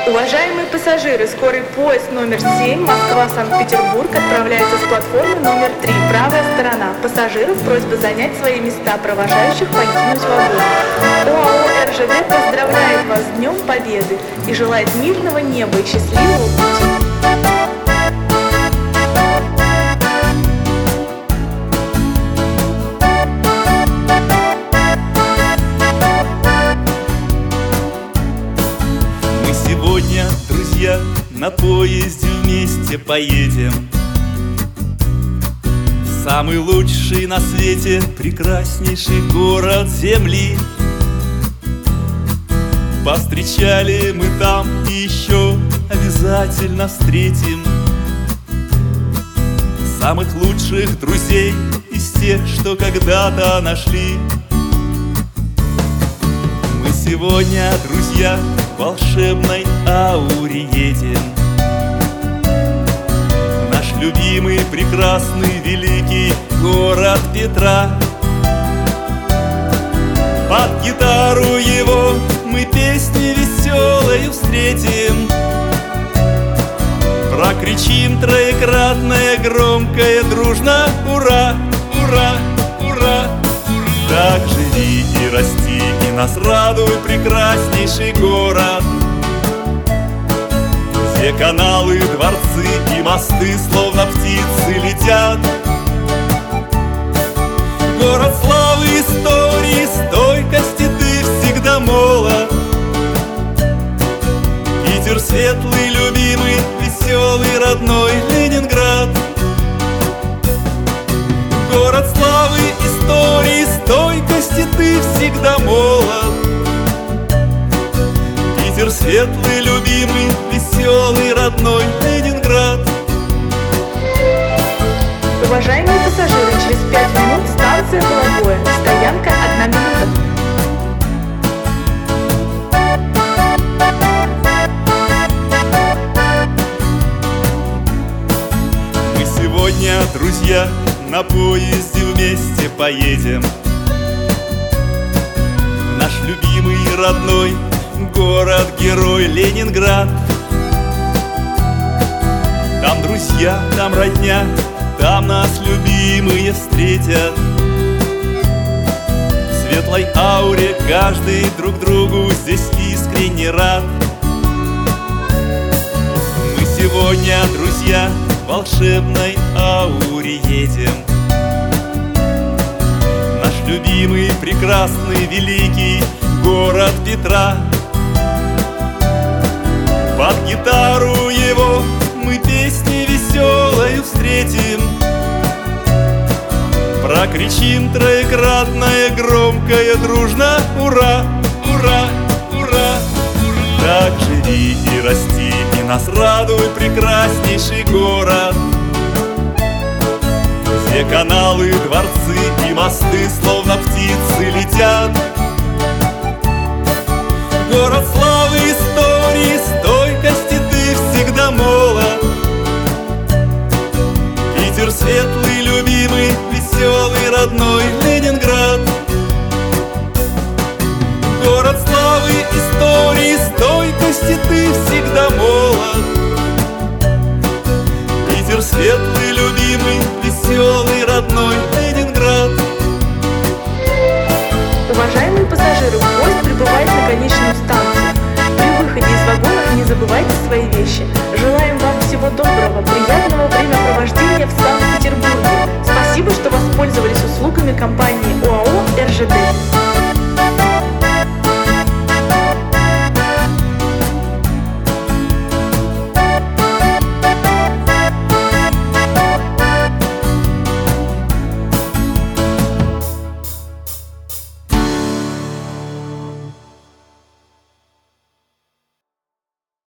Уважаемые пассажиры, скорый поезд номер 7 Москва-Санкт-Петербург отправляется с платформы номер 3, правая сторона. Пассажиров просьба занять свои места, провожающих покинуть вагон. ОАО РЖД поздравляет вас с Днем Победы и желает мирного неба и счастливого пути. Сегодня, друзья, на поезде вместе поедем в самый лучший на свете, прекраснейший город земли. Повстречали мы там и еще обязательно встретим самых лучших друзей из тех, что когда-то нашли. Мы сегодня, друзья, в волшебной ауре едем в наш любимый, прекрасный, великий город Петра. Под гитару его мы песни веселой встретим, прокричим троекратное, громкое, дружно ура, ура, ура. Так живи и расти, и нас радуй прекраснейший город, где каналы, дворцы и мосты словно птицы летят. Город славы, истории, стойкости, ты всегда молод. Питер светлый, любимый, веселый, родной Ленинград. Город славы, истории, стойкости, ты всегда молод. Питер светлый, любимый, веселый, родной Ленинград. Уважаемые пассажиры, через 5 минут станция Голубое, стоянка 1 минута. Мы сегодня, друзья, на поезде вместе поедем в наш любимый и родной город-герой Ленинград. Там друзья, там родня, там нас любимые встретят. В светлой ауре каждый друг другу здесь искренне рад. Мы сегодня, друзья, в волшебной ауре едем в наш любимый, прекрасный, великий город Петра. Под гитару его мы песни веселой встретим, прокричим троекратное, громкое, дружно ура, ура, ура. Так живи и расти, и нас радуй прекраснейший город, где каналы, дворцы и мосты словно птицы летят. Город славы, истории, стойкости, ты всегда молод. Питер светлый, любимый, веселый, родной Ленинград. Город славы, истории, стойкости, ты всегда молод. Питер светлый, любимый, веселый, родной Ленинград. Уважаемые пассажиры, поезд прибывает на конечную станцию. При выходе из вагонов не забывайте свои вещи. Желаем вам всего доброго, приятного времяпровождения в Санкт-Петербурге. Спасибо, что воспользовались услугами компании